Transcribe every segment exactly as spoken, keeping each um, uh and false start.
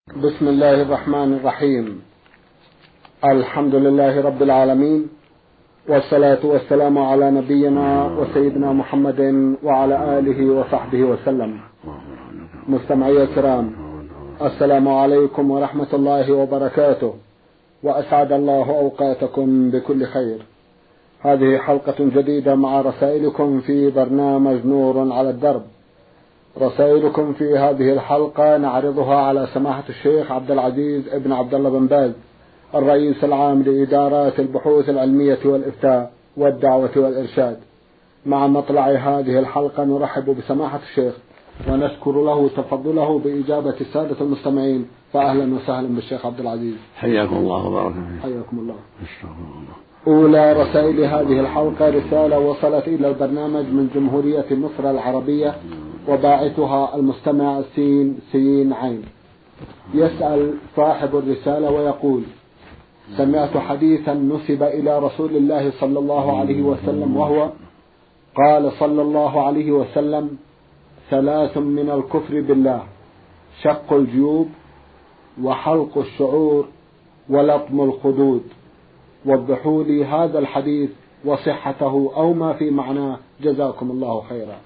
بسم الله الرحمن الرحيم. الحمد لله رب العالمين، والصلاة والسلام على نبينا وسيدنا محمد وعلى آله وصحبه وسلم. مستمعي الكرام، السلام عليكم ورحمة الله وبركاته، وأسعد الله أوقاتكم بكل خير. هذه حلقة جديدة مع رسائلكم في برنامج نور على الدرب. رسائلكم في هذه الحلقة نعرضها على سماحة الشيخ عبد العزيز ابن عبد الله بن باز، الرئيس العام لإدارات البحوث العلمية والإفتاء والدعوة والإرشاد. مع مطلع هذه الحلقة نرحب بسماحة الشيخ ونشكر له تفضله بإجابة السادة المستمعين، فأهلا وسهلا بالشيخ عبد العزيز. حياكم الله وبارك فيك. حياكم الله. أولى رسائل هذه الحلقة رسالة وصلت إلى البرنامج من جمهورية مصر العربية، وباعثها المستمع سين سين عين. يسأل صاحب الرسالة ويقول: سمعت حديثا نسب إلى رسول الله صلى الله عليه وسلم، وهو قال صلى الله عليه وسلم: ثلاث من الكفر بالله: شق الجيوب، وحلق الشعور، ولطم الخدود. وضحوا لي هذا الحديث وصحته أو ما في معناه، جزاكم الله خيرا.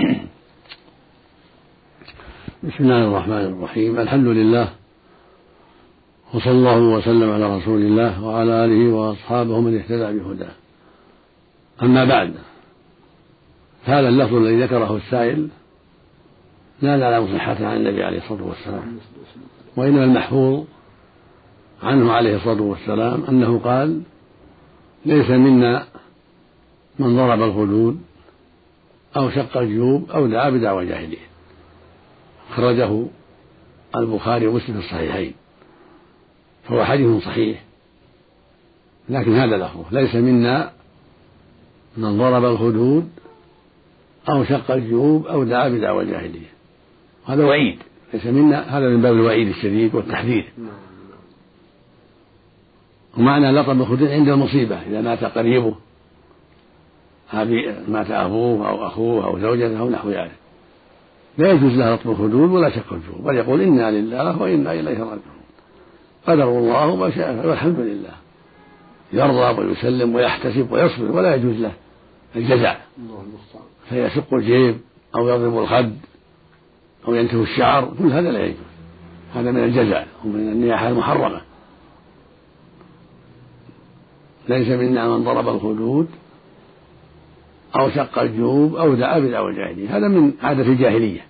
بسم الله الرحمن الرحيم. الحمد لله، وصلى الله وسلم على رسول الله وعلى آله وأصحابه من اهتدى بهداه. أما بعد، هذا اللفظ الذي ذكره السائل لا نعلم صحته عن النبي عليه الصلاة والسلام، وإنما المحفوظ عنه عليه الصلاة والسلام أنه قال: ليس منا من ضرب الخدود أو شق الجيوب أو دعا بدعوى جاهلية. خرجه البخاري ومسلم في الصحيحين، فهو حديث صحيح، لكن هذا لفظه: ليس منا من ضرب الخدود أو شق الجيوب أو دعا بدعوى جاهلية. هذا وعيد، ليس منا، هذا من باب الوعيد الشديد والتحذير. ومعنى لطم الخدود عند المصيبة، إذا مات قريبه، مات أبوه أو أخوه أو زوجته أو نحو ذلك، لا يجوز له لطم الخدود ولا شق الجيوب، بل يقول: إنا لله وإنا إليه راجعون، قدر الله ما شاء، والحمد لله. يرضى ويسلم ويحتسب ويصبر، ولا يجوز له الجزع، فيشق الجيب أو يضرب الخد أو ينتف الشعر، كل هذا لا يجوز. هذا من الجزع ومن النياحة المحرمة. ليس منا من ضرب الخدود أو شق الجيوب أو دعا بدعوى الجاهلية، هذا من عادة الجاهلية.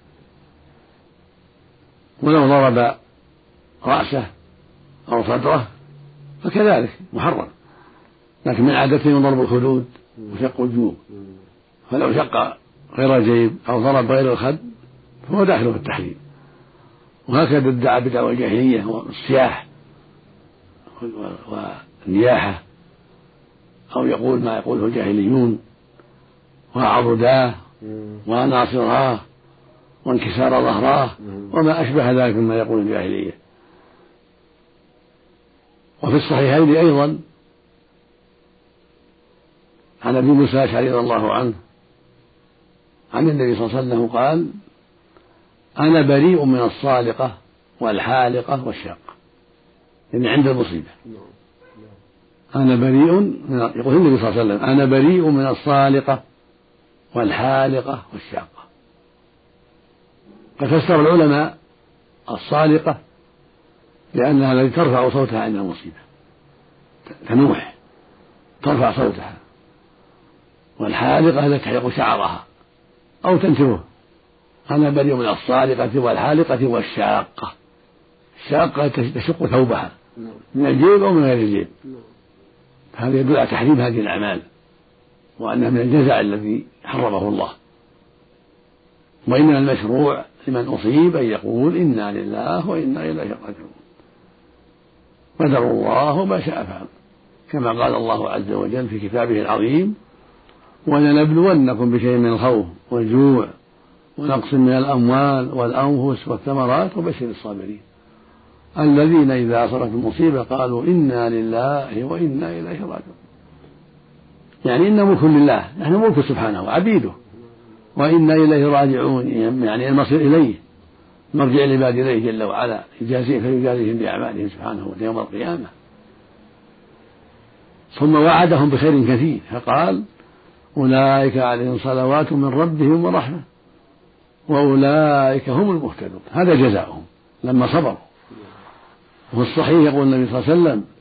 ولو ضرب رأسه أو صدره فكذلك محرم، لكن من عادتهم ضرب الخدود وشق الجيوب. فلو شق غير الجيب أو ضرب غير الخد فهو داخل في التحريم. وهكذا ادعى بدعوى الجاهلية والصياح والنياحة، أو يقول ما يقوله الجاهليون: وعضداه وناصراه وانكسار ظهراه وما أشبه ذلك مما يقول الجاهلية. وفي الصحيحين أيضا عن أبي موسى الأشعري رضي الله عنه عن النبي صلى الله عليه وسلم قال: أنا بريء من الصالقة والحالقة والشاقة، يعني عند المصيبة. أنا بريء من، يقول النبي صلى الله عليه وسلم: أنا بريء من الصالقة والحالقة والشاقة. ففسر العلماء الصالقة لأنها التي ترفع صوتها عند المصيبة، تنوح ترفع صوتها، والحالقة التي تحلق شعرها أو تنتفه. أنا بريء من الصالقة والحالقة والشاقة. الشاقة تشق ثوبها من الجيب أو من غير الجيب. هذا يدل على تحريم هذه الأعمال، وأنها من الجزع الذي حرمه الله. وإنما المشروع لمن أصيب أن يقول: إنا لله وإنا إليه راجعون، قدر الله ما شاء فعل، كما قال الله عز وجل في كتابه العظيم: ولنبلونكم بشيء من الخوف والجوع ونقص من الأموال والأنفس والثمرات وبشر الصابرين الذين إذا أصابت المصيبة قالوا: إنا لله وإنا إليه راجعون. يعني إن ملك لله، نحن ملك سبحانه وعبيده، وإنا إليه راجعون، يعني المصير إليه. مرجع العباد إليه جل وعلا يجازيهم فيجازيهم بأعمالهم سبحانه يوم القيامة. ثم وعدهم بخير كثير فقال أولئك عليهم صلوات من ربهم ورحمة وأولئك هم المهتدون. هذا جزاؤهم لما صبروا. وفي الصحيح يقول النبي صلى الله عليه وسلم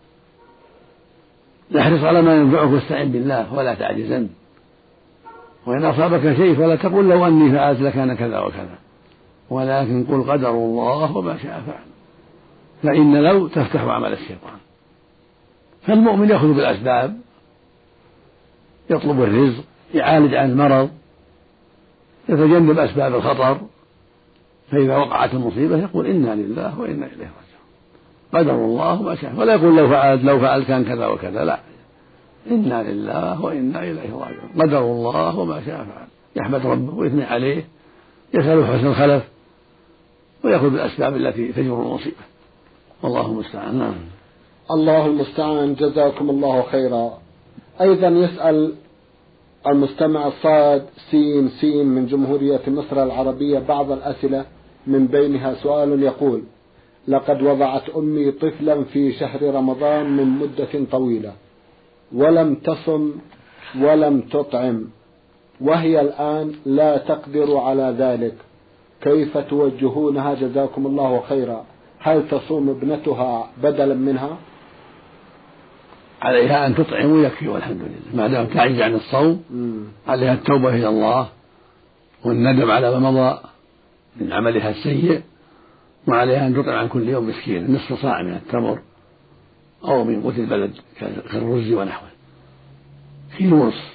احرص على ما ينفعك واستعن بالله ولا تعجزن، وإن أصابك شيء فلا تقل لو أني فعلت لكان كذا وكذا، ولكن قل قدر الله وما شاء فعل، فإن لو تفتح عمل الشيطان. فالمؤمن يأخذ بالأسباب، يطلب الرزق، يعالج عن المرض، يتجنب أسباب الخطر، فإذا وقعت المصيبة يقول إنا لله وإنا إليه راجعون، قدر الله ما شاء، ولا يقول لو فعلت لو فعلت كان كذا وكذا، لا، إنا لله وإنا إليه راجعون، قدر الله وما شاء فعل، يحمد ربه ويثني عليه، يسأل حسن الخلف، ويأخذ بالأسباب التي تجر المصيبة، والله المستعان. نعم. الله المستعان. جزاكم الله خيرا. أيضا يسأل المستمع الصاد سين سين من جمهورية مصر العربية بعض الأسئلة، من بينها سؤال يقول: لقد وضعت أمي طفلا في شهر رمضان من مدة طويلة ولم تصم ولم تطعم، وهي الآن لا تقدر على ذلك، كيف توجهونها جزاكم الله خيرا؟ هل تصوم ابنتها بدلا منها؟ عليها أن تطعم ويكفي والحمد لله، ما دام تعجز عن الصوم عليها التوبة إلى الله والندم على ما مضى من عملها السيء، وعليها أن تطعم عن كل يوم مسكين نصف صاع من التمر أو من قوت البلد كالرز ونحوه في ونصف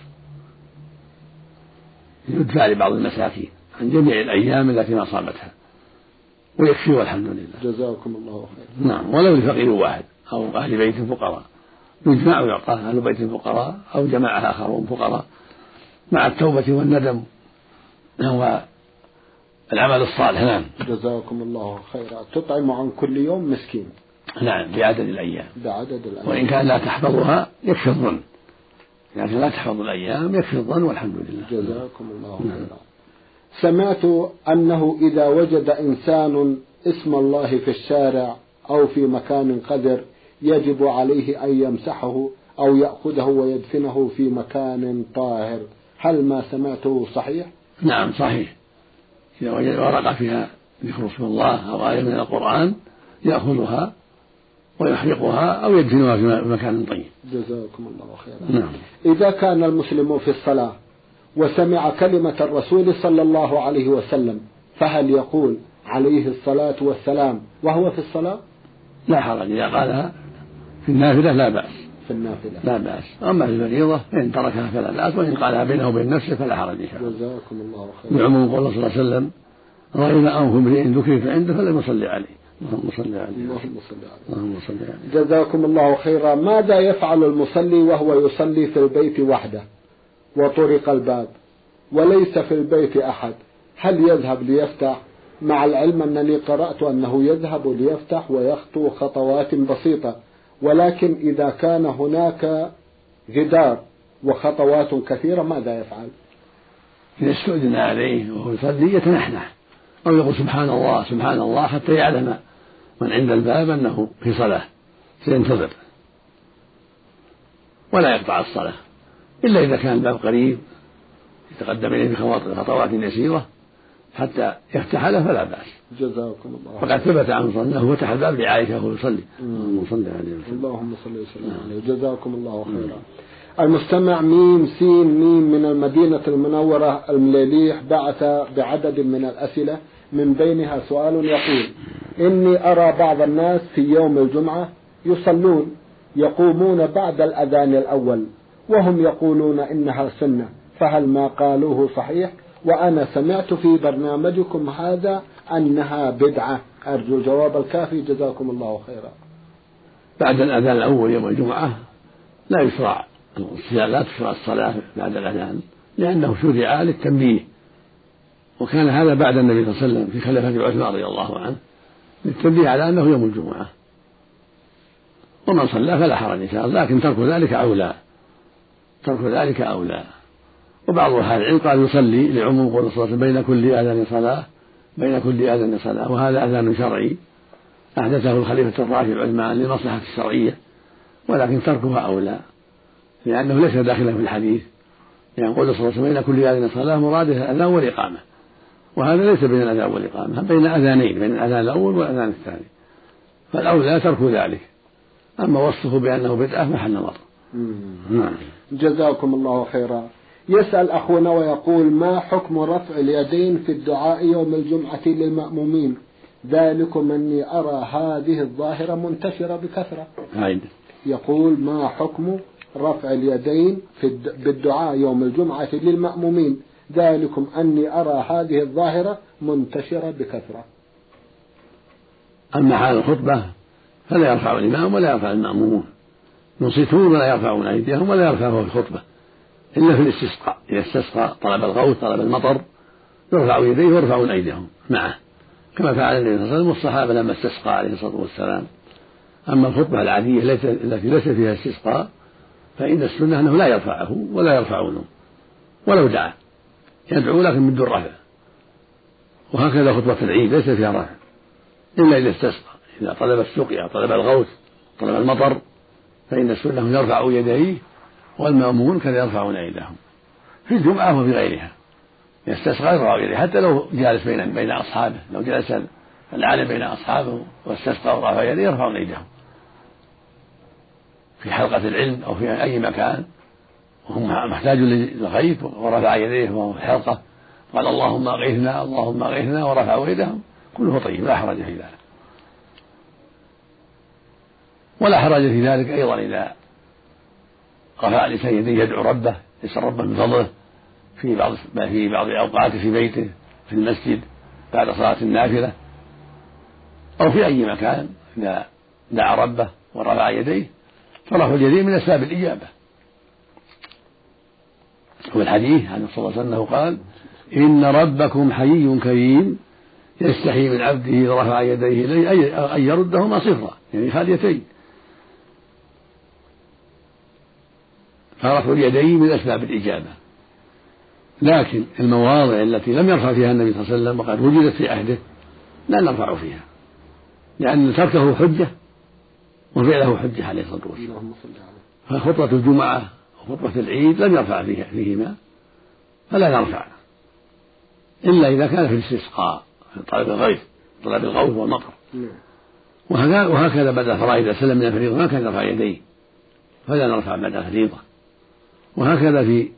يدفع لبعض المساكين عن جميع الأيام التي ما صامتها، ويكفي والحمد لله. جزاكم الله خير. نعم. ولو لفقير واحد أو أهل بيت فقراء يجمع ويعطى أهل بيت فقراء أو جماعة آخرون فقراء مع التوبة والندم هو العمل الصالح. نعم. جزاكم الله خيرا. تطعم عن كل يوم مسكين. نعم، بعدد الأيام. بعدد الأيام. وإن كان لا تحفظها يكفي الظن، لكن لا تحفظ الأيام يكفي الظن والحمد لله. جزاكم الله خيرا. سمعت أنه إذا وجد إنسان اسم الله في الشارع أو في مكان قذر يجب عليه أن يمسحه أو يأخذه ويدفنه في مكان طاهر، هل ما سمعته صحيح؟ نعم صحيح. إذا وجد ورقة فيها ذكر اسم الله أو آية من القرآن يأخذها ويحرقها أو يدفنها في مكان طيب. جزاكم الله خيرا. نعم. إذا كان المسلم في الصلاة وسمع كلمة الرسول صلى الله عليه وسلم، فهل يقول عليه الصلاة والسلام وهو في الصلاة؟ لا حرج، إذا قالها في النافلة لا بأس. في النافلة لا بأس. أما في الفريضة فإن تركها فلا بأس، وإن قالها بينه وبين نفسه فلا حرج إن شاء الله. جزاكم الله خيرا. بعموم قول صلى الله عليه وسلم: رغم أنف امرئ ذكرت عنده فلم يصلي عليه. اللهم صل عليه. اللهم صل عليه. اللهم صل عليه. جزاكم الله خيرا. ماذا يفعل المصلي وهو يصلي في البيت وحده وطرق الباب وليس في البيت أحد؟ هل يذهب ليفتح؟ مع العلم أنني قرأت أنه يذهب ليفتح ويخطو خطوات بسيطة، ولكن إذا كان هناك جدار وخطوات كثيرة ماذا يفعل؟ إذا استؤذن عليه وهو يصلي يتنحنح أو يقول سبحان الله سبحان الله حتى يعلم من عند الباب أنه في صلاة سينتظر، ولا يقطع الصلاة إلا إذا كان الباب قريب يتقدم إليه بخطوات يسيرة حتى يفتح له فلا بأس. جزاكم الله. فقد ثبت عنه صلى الله عليه وسلم فتح الباب لعائشة وهو يصلي. اللهم صل عليه. اللهم صل وسلم عليه. جزاكم الله خيرا. المستمع ميم سين ميم من المدينة المنورة المليليح بعث بعدد من الأسئلة، من بينها سؤال يقول: إني أرى بعض الناس في يوم الجمعة يصلون يقومون بعد الأذان الأول وهم يقولون إنها سنة، فهل ما قالوه صحيح؟ وأنا سمعت في برنامجكم هذا أنها بدعة، أرجو الجواب الكافي جزاكم الله خيرا. بعد الأذان الأول يوم الجمعة لا يشرع لا تشرع الصلاة بعد الأذان، لأنه شرع للتنبيه، وكان هذا بعد النبي صلى الله عليه وسلم في خلافة عثمان رضي الله عنه للتنبيه على أنه يوم الجمعة، ومن صلى فلا حرج إن شاء الله، لكن ترك ذلك أولى ترك ذلك أولى. وبعض أهل العلم قال يصلي لعموم قول صلى الله عليه وسلم: بين كل أذان صلاة بين كل أذان صلاة، وهذا أذان شرعي أحدثه الخليفة الراشد عثمان للمصلحة الشرعية، ولكن تركها أولى لأنه ليس داخلا في الحديث، يعني يقول صلى الله عليه وسلم بين كل أذان صلاة مراده الأذان والإقامة، وهذا ليس بين الأذان والإقامة، بين أذانين، بين الأذان الأول والأذان الثاني، فالأولى ترك ذلك. أما وصفه بأنه بدعة محل نظر. نعم. جزاكم الله خيرا. يسأل أخونا ويقول: ما حكم رفع اليدين في الدعاء يوم الجمعة للمأمومين؟ ذلكم أني أرى هذه الظاهرة منتشرة بكثرة. عيد. يقول: ما حكم رفع اليدين في بالدعاء يوم الجمعة للمأمومين؟ ذلكم أني أرى هذه الظاهرة منتشرة بكثرة. أما حال الخطبة فلا يرفع الإمام ولا يرفع المأمومون، ينصتون ولا يرفعون أيديهم ولا يرفعه في الخطبة إلا في الاستسقاء، إذا استسقى طلب الغوث طلب المطر يرفع يديه ويرفعون أيديهم معه، كما فعل النبي صلى الله عليه وسلم والصحابة لما استسقى عليه الصلاة والسلام. أما الخطبة العادية التي ليس فيها استسقاء فإن السنة أنه لا يرفعه ولا يرفعونه ولو دعا، يدعو لكن بدون رفع. وهكذا خطبة العيد ليس فيها رفع إلا إذا استسقى، إذا طلب السقيا طلب الغوث طلب المطر فإن السنة يرفع يديه والمأمون كذا يرفعون أيديهم في الجمعة وفي غيرها. يستسقى يرفع يديه حتى لو جالس بين بين أصحابه، لو جلس العالم بين أصحابه واستسقى ورفع يديه يرفعون أيديهم في حلقة العلم أو في أي مكان وهم محتاج للغيث ورفع يديه وهو في الحلقة قال اللهم أغثنا اللهم أغثنا ورفعوا يدهم، كله طيب لا حرج في ذلك. ولا حرج في ذلك أيضا إذا رفع الإنسان يديه يدعو ربه يسأل ربه من فضله في بعض في بعض أوقاته في بيته في المسجد بعد صلاة النافلة أو في أي مكان إذا دعا ربه ورفع يديه فرفع اليدين من أسباب الإجابة. هو الحديث عن صلى الله عليه وسلم قال إن ربكم حيي كريم يستحي من عبده إذا رفع يديه إليه أن يردهما صفرا، يعني خاليتين. فرفع اليدين من أسباب الإجابة، لكن المواضع التي لم يرفع فيها النبي صلى الله عليه وسلم وقد وجدت في عهده لا نرفع فيها، لأن تركه حجة وفعله حجة عليه الصلاة والسلام. فخطبة الجمعة وخطبة العيد لم يرفع فيها فيهما فلا نرفع إلا إذا كان في الاستسقاء في طلب الغيث طلب الغوث والمطر. وهكذا بعد الفرائض إذا سلم من الفريضة ما كان يرفع يديه فلا نرفع بعد الفريضة. وهكذا في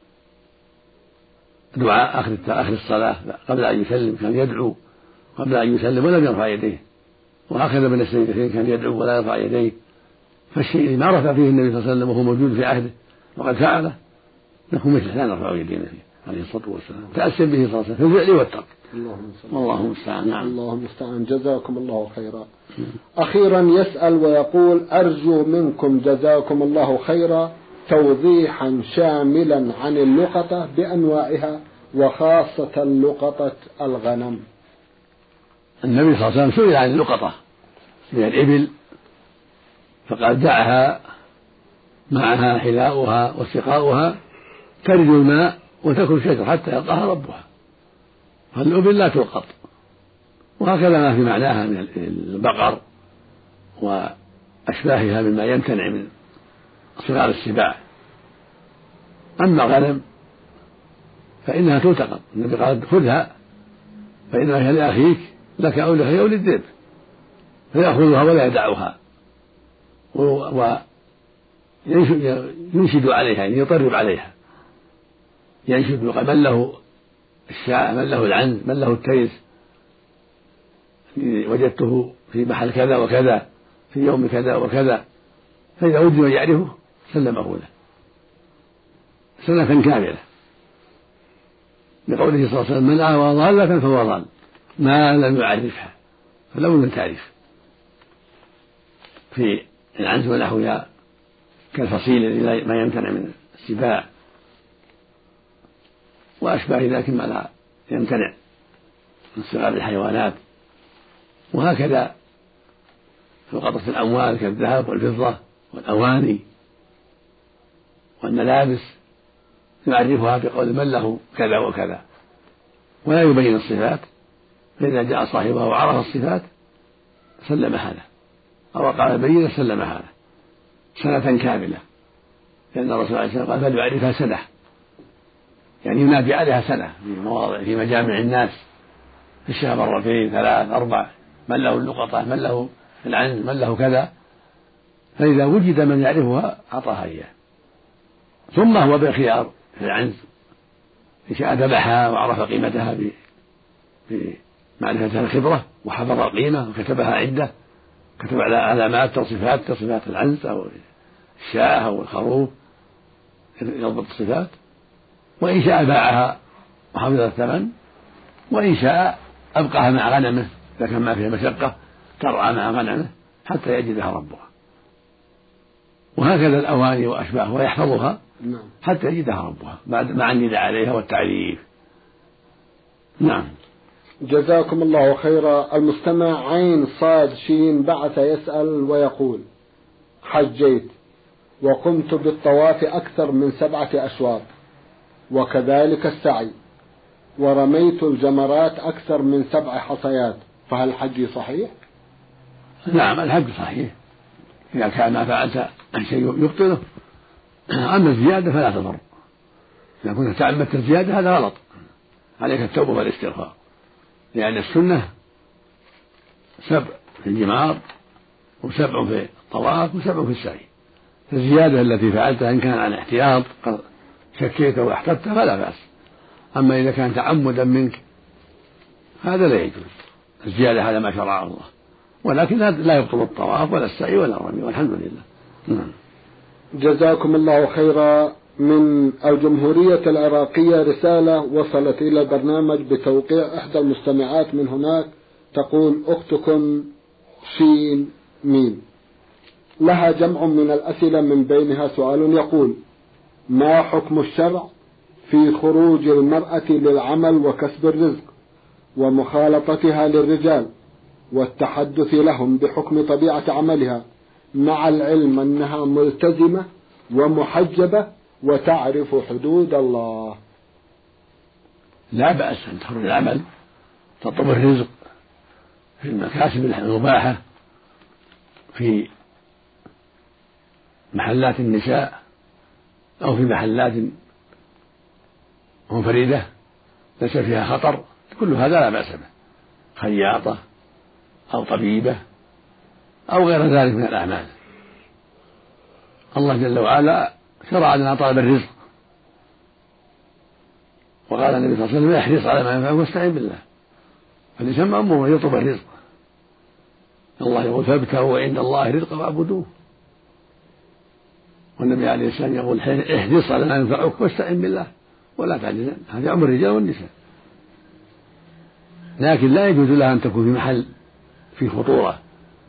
دعاء آخر آخر الصلاة قبل أن يسلم كان يدعو قبل أن يسلم ولم يرفع يديه، وهكذا بين السجدتين كان يدعو ولا يرفع يديه. فالشيء اللي ما رفع فيه النبي صلى الله عليه وسلم وهو موجود في عهده وقد فعله نكون مثله لا نرفع يدينا فيه عليه الصلاة والسلام، تأسم به صلى الله عليه وسلم في الفعل والترك. الله المستعان. نعم. الله المستعان. جزاكم الله خيرا. أخيرا يسأل ويقول: أرجو منكم جزاكم الله خيرا توضيحا شاملا عن اللقطة بأنواعها وخاصة لقطة الغنم. النبي صلى الله عليه وسلم سئل عن اللقطة من الإبل فقال دعها معها حلاؤها وسقاؤها ترد الماء وتكن شجر حتى يلقاها ربها، فالإبل لا تلقط. وهكذا ما في معناها من البقر وأشباهها مما يمتنع من صغار السباع. أما الغنم فإنها تلتقط، النبي قال خذها فإنها هي لأخيك لك أو لأخيك أو للذئب، فيأخذها ولا يدعها وينشد عليها، يعني يطرب عليها، ينشد من له الشاء من له العنز من له التيس وجدته في محل كذا وكذا في يوم كذا وكذا، فإذا وجد من يعرفه سلمه له سنة كاملة، لقوله صلى الله عليه وسلم من آوى ضالة فهو ضال ما لم يعرفها فلو من تعرف. في العنز ونحوها كالفصيل الذي ما يمتنع من السباع وأشباه ذلك ما لا يمتنع من صغار الحيوانات. وهكذا في لقطة الأموال كالذهب والفضة والأواني والملابس يعرفها بقول من له كذا وكذا ولا يبين الصفات فإذا جاء صاحبه وعرف الصفات سلم هذا، أو وقع بينة سلم هذا سنة كاملة، لأن الرسول عليه الصلاة والسلام قال فليعرفها سنة، يعني ينادي عليها سنة في مواضع في مجامع الناس في الشهر مرتين ثلاث أربع، من له اللقطة، من له العنز، من له كذا، فإذا وجد من يعرفها أعطاها إياه. ثم هو بالخيار في العنز، إن شاء ذبحها وعرف قيمتها بمعرفة الخبرة وحفظ القيمة وكتبها عنده، كتب على علامات تصفات تصفات العنز أو الشاة أو الخروف يضبط الصفات، وإن شاء باعها وحفظ الثمن، وإن شاء أبقاها مع غنمه إذا كان ما فيها مشقة ترعى مع غنمه حتى يجدها ربها، وهكذا الأواني وأشباهها ويحفظها حتى يجدها ربها بعد مع النداء عليها والتعريف. نعم. جزاكم الله خيرا. المستمع عين صاد شين بعث يسأل ويقول: حجيت وقمت بالطواف أكثر من سبعة أشواط وكذلك السعي، ورميت الجمرات أكثر من سبع حصيات، فهل حجي صحيح؟ نعم الحج صحيح إذا كان ما فعلت شيء يبطله، أما الزيادة فلا تضر، إذا كنت تعمدت الزيادة هذا غلط، عليك التوبة والاستغفار، لأن السنة سبع في الجمار وسبع في الطواف وسبع في السعي، الزيادة التي فعلتها إن كان عن احتياط شكيت واحتطت فلا بأس، أما إذا كان تعمدا منك هذا لا يجوز الزيادة على ما شرع الله، ولكن لا يبطل الطواف ولا السعي ولا الرمي، والحمد لله. نعم. جزاكم الله خيرا. من الجمهورية العراقية رسالة وصلت إلى البرنامج بتوقيع إحدى المستمعات من هناك، تقول: أختكم شين ميم، لها جمع من الأسئلة من بينها سؤال يقول: ما حكم الشرع في خروج المرأة للعمل وكسب الرزق ومخالطتها للرجال والتحدث لهم بحكم طبيعة عملها، مع العلم أنها ملتزمة ومحجبة وتعرف حدود الله؟ لا بأس أن تخرج العمل تطلب الرزق في المكاسب المباحة في محلات النساء أو في محلات منفردة ليس فيها خطر، كل هذا لا بأس به، خياطة أو طبيبة أو غير ذلك من الأعمال. الله جل وعلا شرع لنا طلب الرزق، وقال النبي صلى الله عليه وسلم: احرص على ما ينفعك واستعن بالله، فالإنسان مأمور أن يطلب الرزق، الله يقول: فابتغوا عند الله رزقا واعبدوه، والنبي عليه السلام يقول: احرص على ما ينفعك واستعن بالله ولا تعجزن. هذا أمر الرجال والنساء، لكن لا يجوز لها أن تكون في محل في خطورة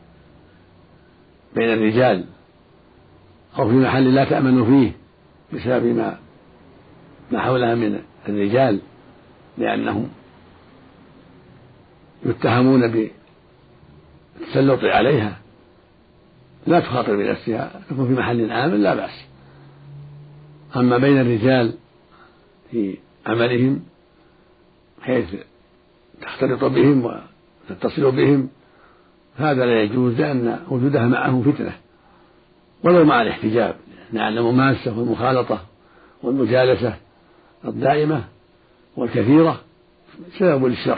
بين الرجال أو في محل لا تأمن فيه بسبب ما ما حولها من الرجال، لأنهم يتهمون بالتسلط عليها، لا تخاطر بنفسها، تكون في محل آمن لا بأس. أما بين الرجال في عملهم حيث تختلط بهم وتتصل بهم هذا لا يجوز، لأن وجودها معهم فتنة ولو مع الاحتجاب، لأن المماسة والمخالطة والمجالسة الدائمة والكثيرة سبب للشر،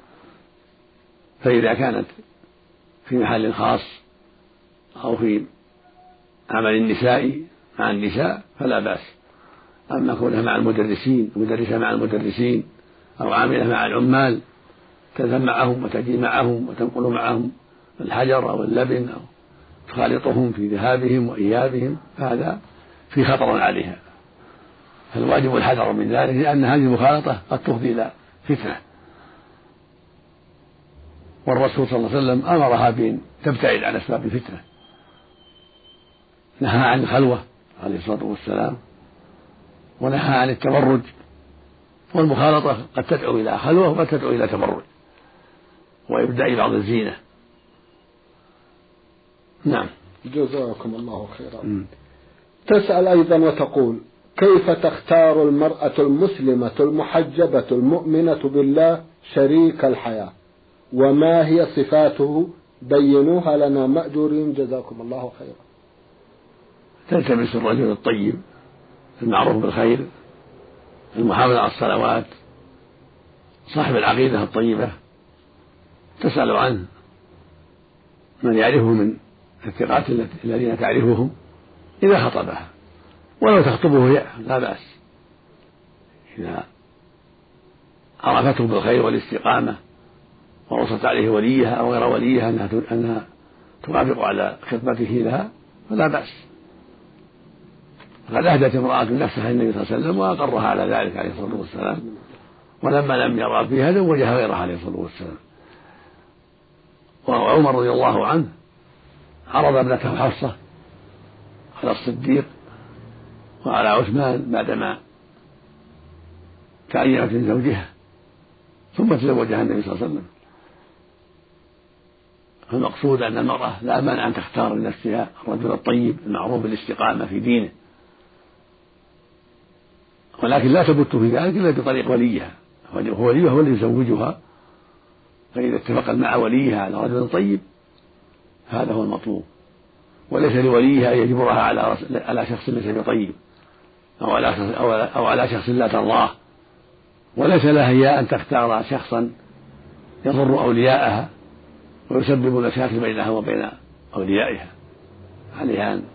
فإذا كانت في محل خاص أو في عمل النساء مع النساء فلا بأس. أما كونها مع المدرسين، مدرسة مع المدرسين أو عاملة مع العمال تذهب معهم وتجي معهم وتنقل معهم الحجر أو اللبن أو تخالطهم في ذهابهم وإيابهم، هذا في خطر عليها، فالواجب الحذر من ذلك، لأن هذه المخالطة قد تفضي إلى فتنة، والرسول صلى الله عليه وسلم أمرها بأن تبتعد عن أسباب الفتنة، نهى عن الخلوة عليه الصلاة والسلام، ونهى عن التبرج، والمخالطة قد تدعو إلى خلوة وقد تدعو إلى تبرج وإبداء بعض الزينة. نعم. جزاكم الله خيرا. م. تسأل أيضا وتقول: كيف تختار المرأة المسلمة المحجبة المؤمنة بالله شريك الحياة، وما هي صفاته؟ بينوها لنا مأجورين جزاكم الله خيرا. تلتمس الرجل الطيب المعروف بالخير المحافظ على الصلوات صاحب العقيدة الطيبة، تسأل عنه من يعرفه من الثقات الذين تعرفهم إذا خطبها، ولو تخطبه هي لا بأس إذا عرفته بالخير والاستقامة ووصت عليه وليها أو غير وليها أنها أنها توافق على خطبته لها فلا بأس. فقد أهدت امرأة نفسها النبي صلى الله عليه وسلم وأقرها على ذلك عليه الصلاة والسلام، ولما لم يرى فيها زوجها غيرها عليه الصلاة والسلام. وعمر رضي الله عنه عرض ابنته حفصة على الصديق وعلى عثمان بعدما تعينت من زوجها ثم تزوجها النبي صلى الله عليه وسلم. فالمقصود أن المرأة لا مانع أن تختار لنفسها الرجل الطيب المعروف بالاستقامة في دينه، ولكن لا تبت في ذلك إلا بطريق وليها، وليها هو اللي يزوجها، فإذا اتفق مع وليها على رجل طيب هذا هو المطلوب، وليس لوليها أن يجبرها على على شخص ليس بطيب أو على أو على شخص لا ترضاه، وليس لها هي أن تختار شخصا يضر أولياءها ويسبب مشاكل بينها وبين أوليائها. عليها أن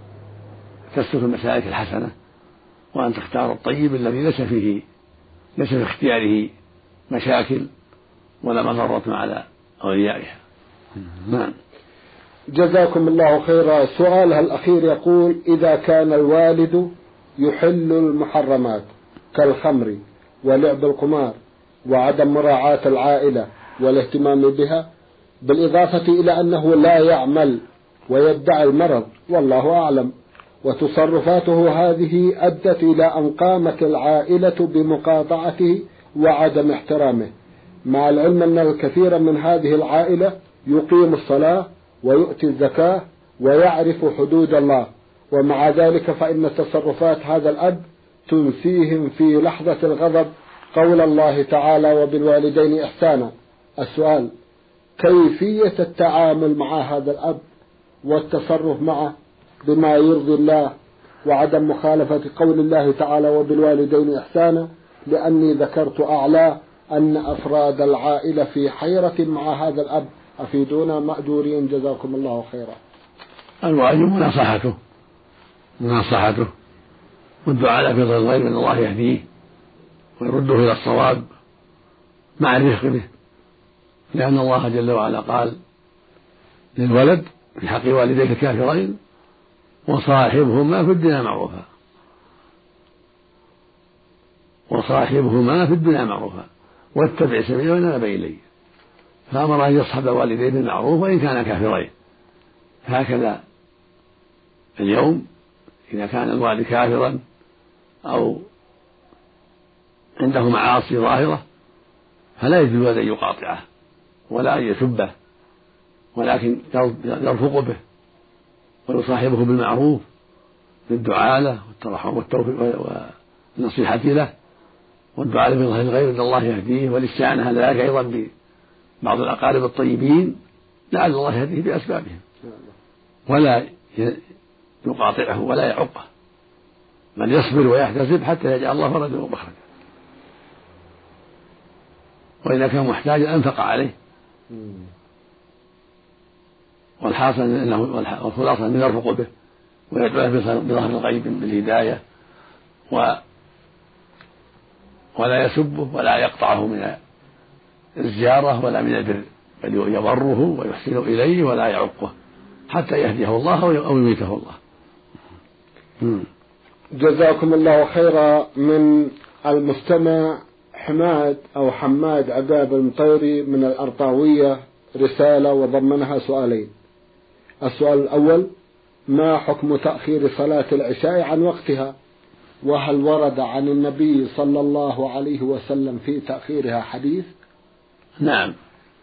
تسلك المسالك الحسنة وأن تختار الطيب الذي ليس فيه ليس في اختياره مشاكل ولا مضرة على أوليائها. نعم. جزاكم الله خيرا. سؤالها الأخير يقول: إذا كان الوالد يحل المحرمات كالخمر ولعب القمار وعدم مراعاة العائلة والاهتمام بها، بالإضافة إلى أنه لا يعمل ويدعي المرض والله أعلم، وتصرفاته هذه أدت إلى أن قامت العائلة بمقاطعته وعدم احترامه، مع العلم أن الكثير من هذه العائلة يقيم الصلاة ويؤتي الزكاة ويعرف حدود الله، ومع ذلك فإن تصرفات هذا الأب تنسيهم في لحظة الغضب قول الله تعالى: وبالوالدين إحسانا. السؤال: كيفية التعامل مع هذا الأب والتصرف معه بما يرضي الله وعدم مخالفة قول الله تعالى: وبالوالدين إحسانا، لأني ذكرت أعلى أن أفراد العائلة في حيرة مع هذا الأب، أفيدونا مأجورين جزاكم الله خيرا. الواجب مناصحته مناصحته والدعاء له في ظل الغيب أن الله يهديه ويرده إلى الصواب مع الرفق به، لأن الله جل وعلا قال للولد في حق والديك الكافرين: وصاحبهما في الدنيا معروفا وصاحبهما في الدنيا معروفا واتبع سبيل من أناب إلي. فأمر أن يصحب والديه بالمعروف وإن كان كافرين. هكذا اليوم إذا كان الوالد كافرا أو عنده معاصي ظاهرة فلا يجوز الولد أن يقاطعه ولا أن يسبه، ولكن يرفق به ويصاحبه بالمعروف بالدعاء له والترحم والتوفيق والنصيحة له والدعاء له بظهر الغيب أن الله يهديه، والاستعانة على ذلك أيضا ببعض الأقارب الطيبين لعل الله يهديه بأسبابهم، ولا يقاطعه ولا يعقه، بل يصبر ويحتسب حتى يجعل الله فرجا ومخرجا، وإذا كان محتاجا أنفق عليه. والحاصل انه والخلاصه انه يرفق به ويدعو له بظهر الغيب بالهدايه و ولا يسبه ولا يقطعه من الزياره ولا من البر، بل يبره ويحسن اليه ولا يعقه حتى يهديه الله او يميته الله. جزاكم الله خيرا. من المستمع حماد أو حماد عقاب المطيري من الأرطاوية رسالة وضمنها سؤالين. السؤال الأول: ما حكم تأخير صلاة العشاء عن وقتها؟ وهل ورد عن النبي صلى الله عليه وسلم في تأخيرها حديث؟ نعم،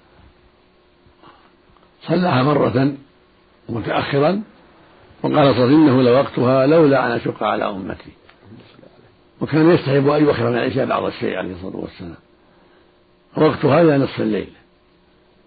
صلىها مرة متأخرا وقال صلى إنه لوقتها لولا أن أشق على أمتي، وكان يستحب أن يؤخر من العشاء بعض الشيء عليه الصلاة والسلام. وقتها إلى نصف الليل،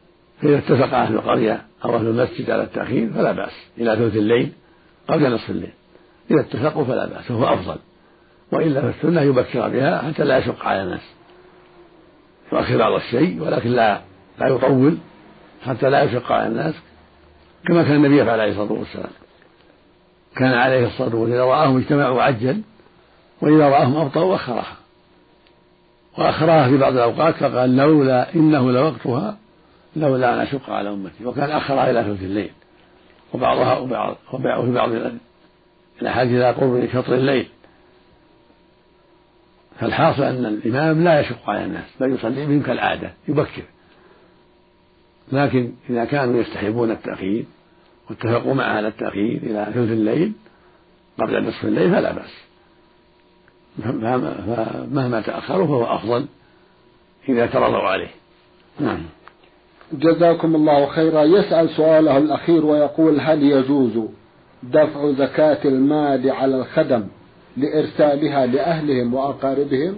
فإذا اتفق أهل القرية أو أهل المسجد على التأخير فلا بأس إلى ثلث الليل قبل نصف الليل، إذا اتفقوا فلا بأس وهو أفضل، وإلا فالسنة يبكر بها حتى لا يشق على الناس، يؤخر بعض الشيء ولكن لا لا يطول حتى لا يشق على الناس، كما كان النبي يفعل عليه الصلاة والسلام. كان عليه الصلاة والسلام إذا رآهم اجتمعوا عجل، وإذا رآهم أبطأوا أخرها وأخرها في بعض الأوقات، فقال لولا إنه لوقتها لولا أن أشق على أمتي، وكان أخرها إلى ثلث الليل وبعضها وبعض وفي بعض الأحاديث إلى قرب شطر الليل. فالحاصل أن الإمام لا يشق على الناس بل يصلي بهم كالعادة يبكر، لكن إذا كانوا يستحبون التأخير واتفقوا معه على التأخير إلى ثلث الليل قبل نصف الليل فلا بأس، فمهما تأخروا فهو أفضل إذا ترضوا عليه. نعم. جزاكم الله خيرا. يسأل سؤاله الأخير ويقول: هل يجوز دفع زكاة المال على الخدم لإرسالها لأهلهم وأقاربهم؟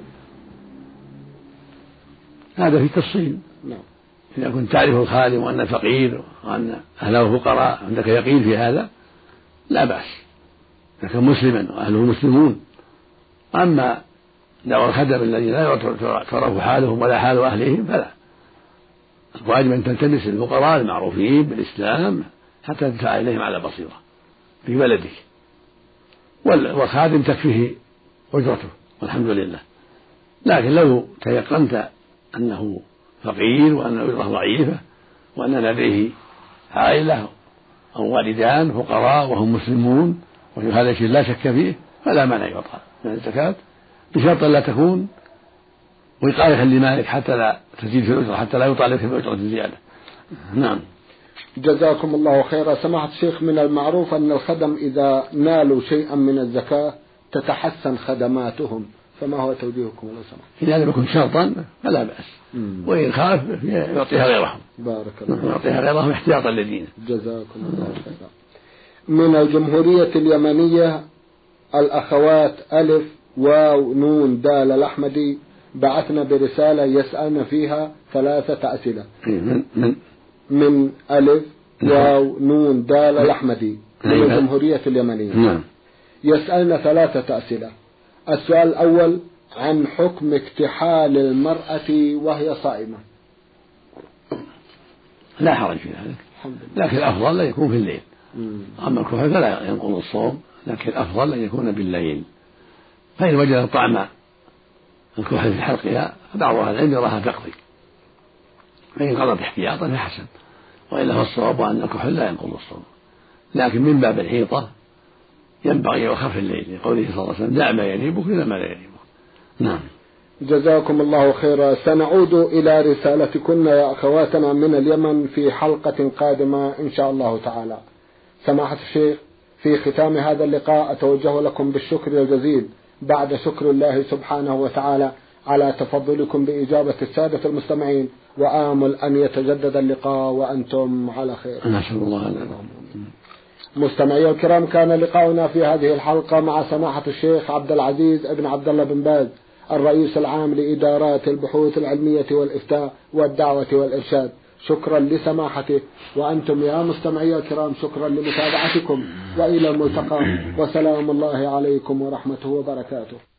هذا في تفصيل. نعم. إذا كنت تعرف الخادم وأن فقير وأن أهله فقراء عندك يقين في هذا لا بأس، إذا كان مسلما وأهله مسلمون. أما دعوى الخدم الذي لا تعرف حالهم ولا حال أهلهم فلا، الواجب أن تلتمس الفقراء المعروفين بالإسلام حتى تدفع إليهم على بصيرة في بلدك، والخادم تكفيه أجرته والحمد لله. لكن لو تيقنت أنه فقير وأن أجره ضعيفة وأن لديه عائلة أو والدان فقراء وهم مسلمون وهذا شيء لا شك فيه فلا مانع يعطى من الزكاة، بشرط لا تكون وقاية لمالك حتى لا تزيد في الأجرة، حتى لا يطالب في الأجرة زيادة. نعم. جزاكم الله خيرا. سماحة الشيخ، من المعروف أن الخدم إذا نالوا شيئا من الزكاة تتحسن خدماتهم، فما هو توجيهكم لو سمحت؟ إذا لم يكن شرطا فلا بأس، وإن خاف يعطيها غيرهم. بارك الله. يعطيها غيرهم احتياطا لدينه. جزاكم الله خيرا. من الجمهورية اليمنية الأخوات ألف واو نون دال الأحمدي بعثنا برسالة يسألنا فيها ثلاثة أسئلة. من من من ألف واو نون دال الأحمدي من الجمهورية اليمنية. نعم. يسألنا ثلاثة أسئلة. السؤال الأول: عن حكم اكتحال المرأة وهي صائمة. لا حرج في ذلك، لكن الأفضل أن يكون في الليل. أما الكحل فلا ينقض الصوم، لكن الأفضل أن يكون بالليل. فإن وجد طعم الكحل في حلقها فبعض أهل العلم يراها تقضي، فإن قضت احتياطا فحسن، وإلا فالصواب أن الكحل لا ينقض الصوم، لكن من باب الحيطة ينبغي يخف الليل، لقوله صلى الله عليه وسلم: دع ما يريبك إلى ما لا يريبك. نعم. جزاكم الله خيرا. سنعود إلى رسالتكن يا أخواتنا من اليمن في حلقة قادمة إن شاء الله تعالى. سماحة الشيخ، في ختام هذا اللقاء أتوجه لكم بالشكر الجزيل بعد شكر الله سبحانه وتعالى على تفضلكم بإجابة السادة المستمعين، وآمل أن يتجدد اللقاء وأنتم على خير. نسأل الله أن مستمعي الكرام، كان لقاؤنا في هذه الحلقة مع سماحة الشيخ عبد العزيز ابن عبد الله بن باز، الرئيس العام لإدارات البحوث العلمية والإفتاء والدعوة والإرشاد. شكرا لسماحته، وأنتم يا مستمعي الكرام شكرا لمتابعتكم، وإلى الملتقى، وسلام الله عليكم ورحمته وبركاته.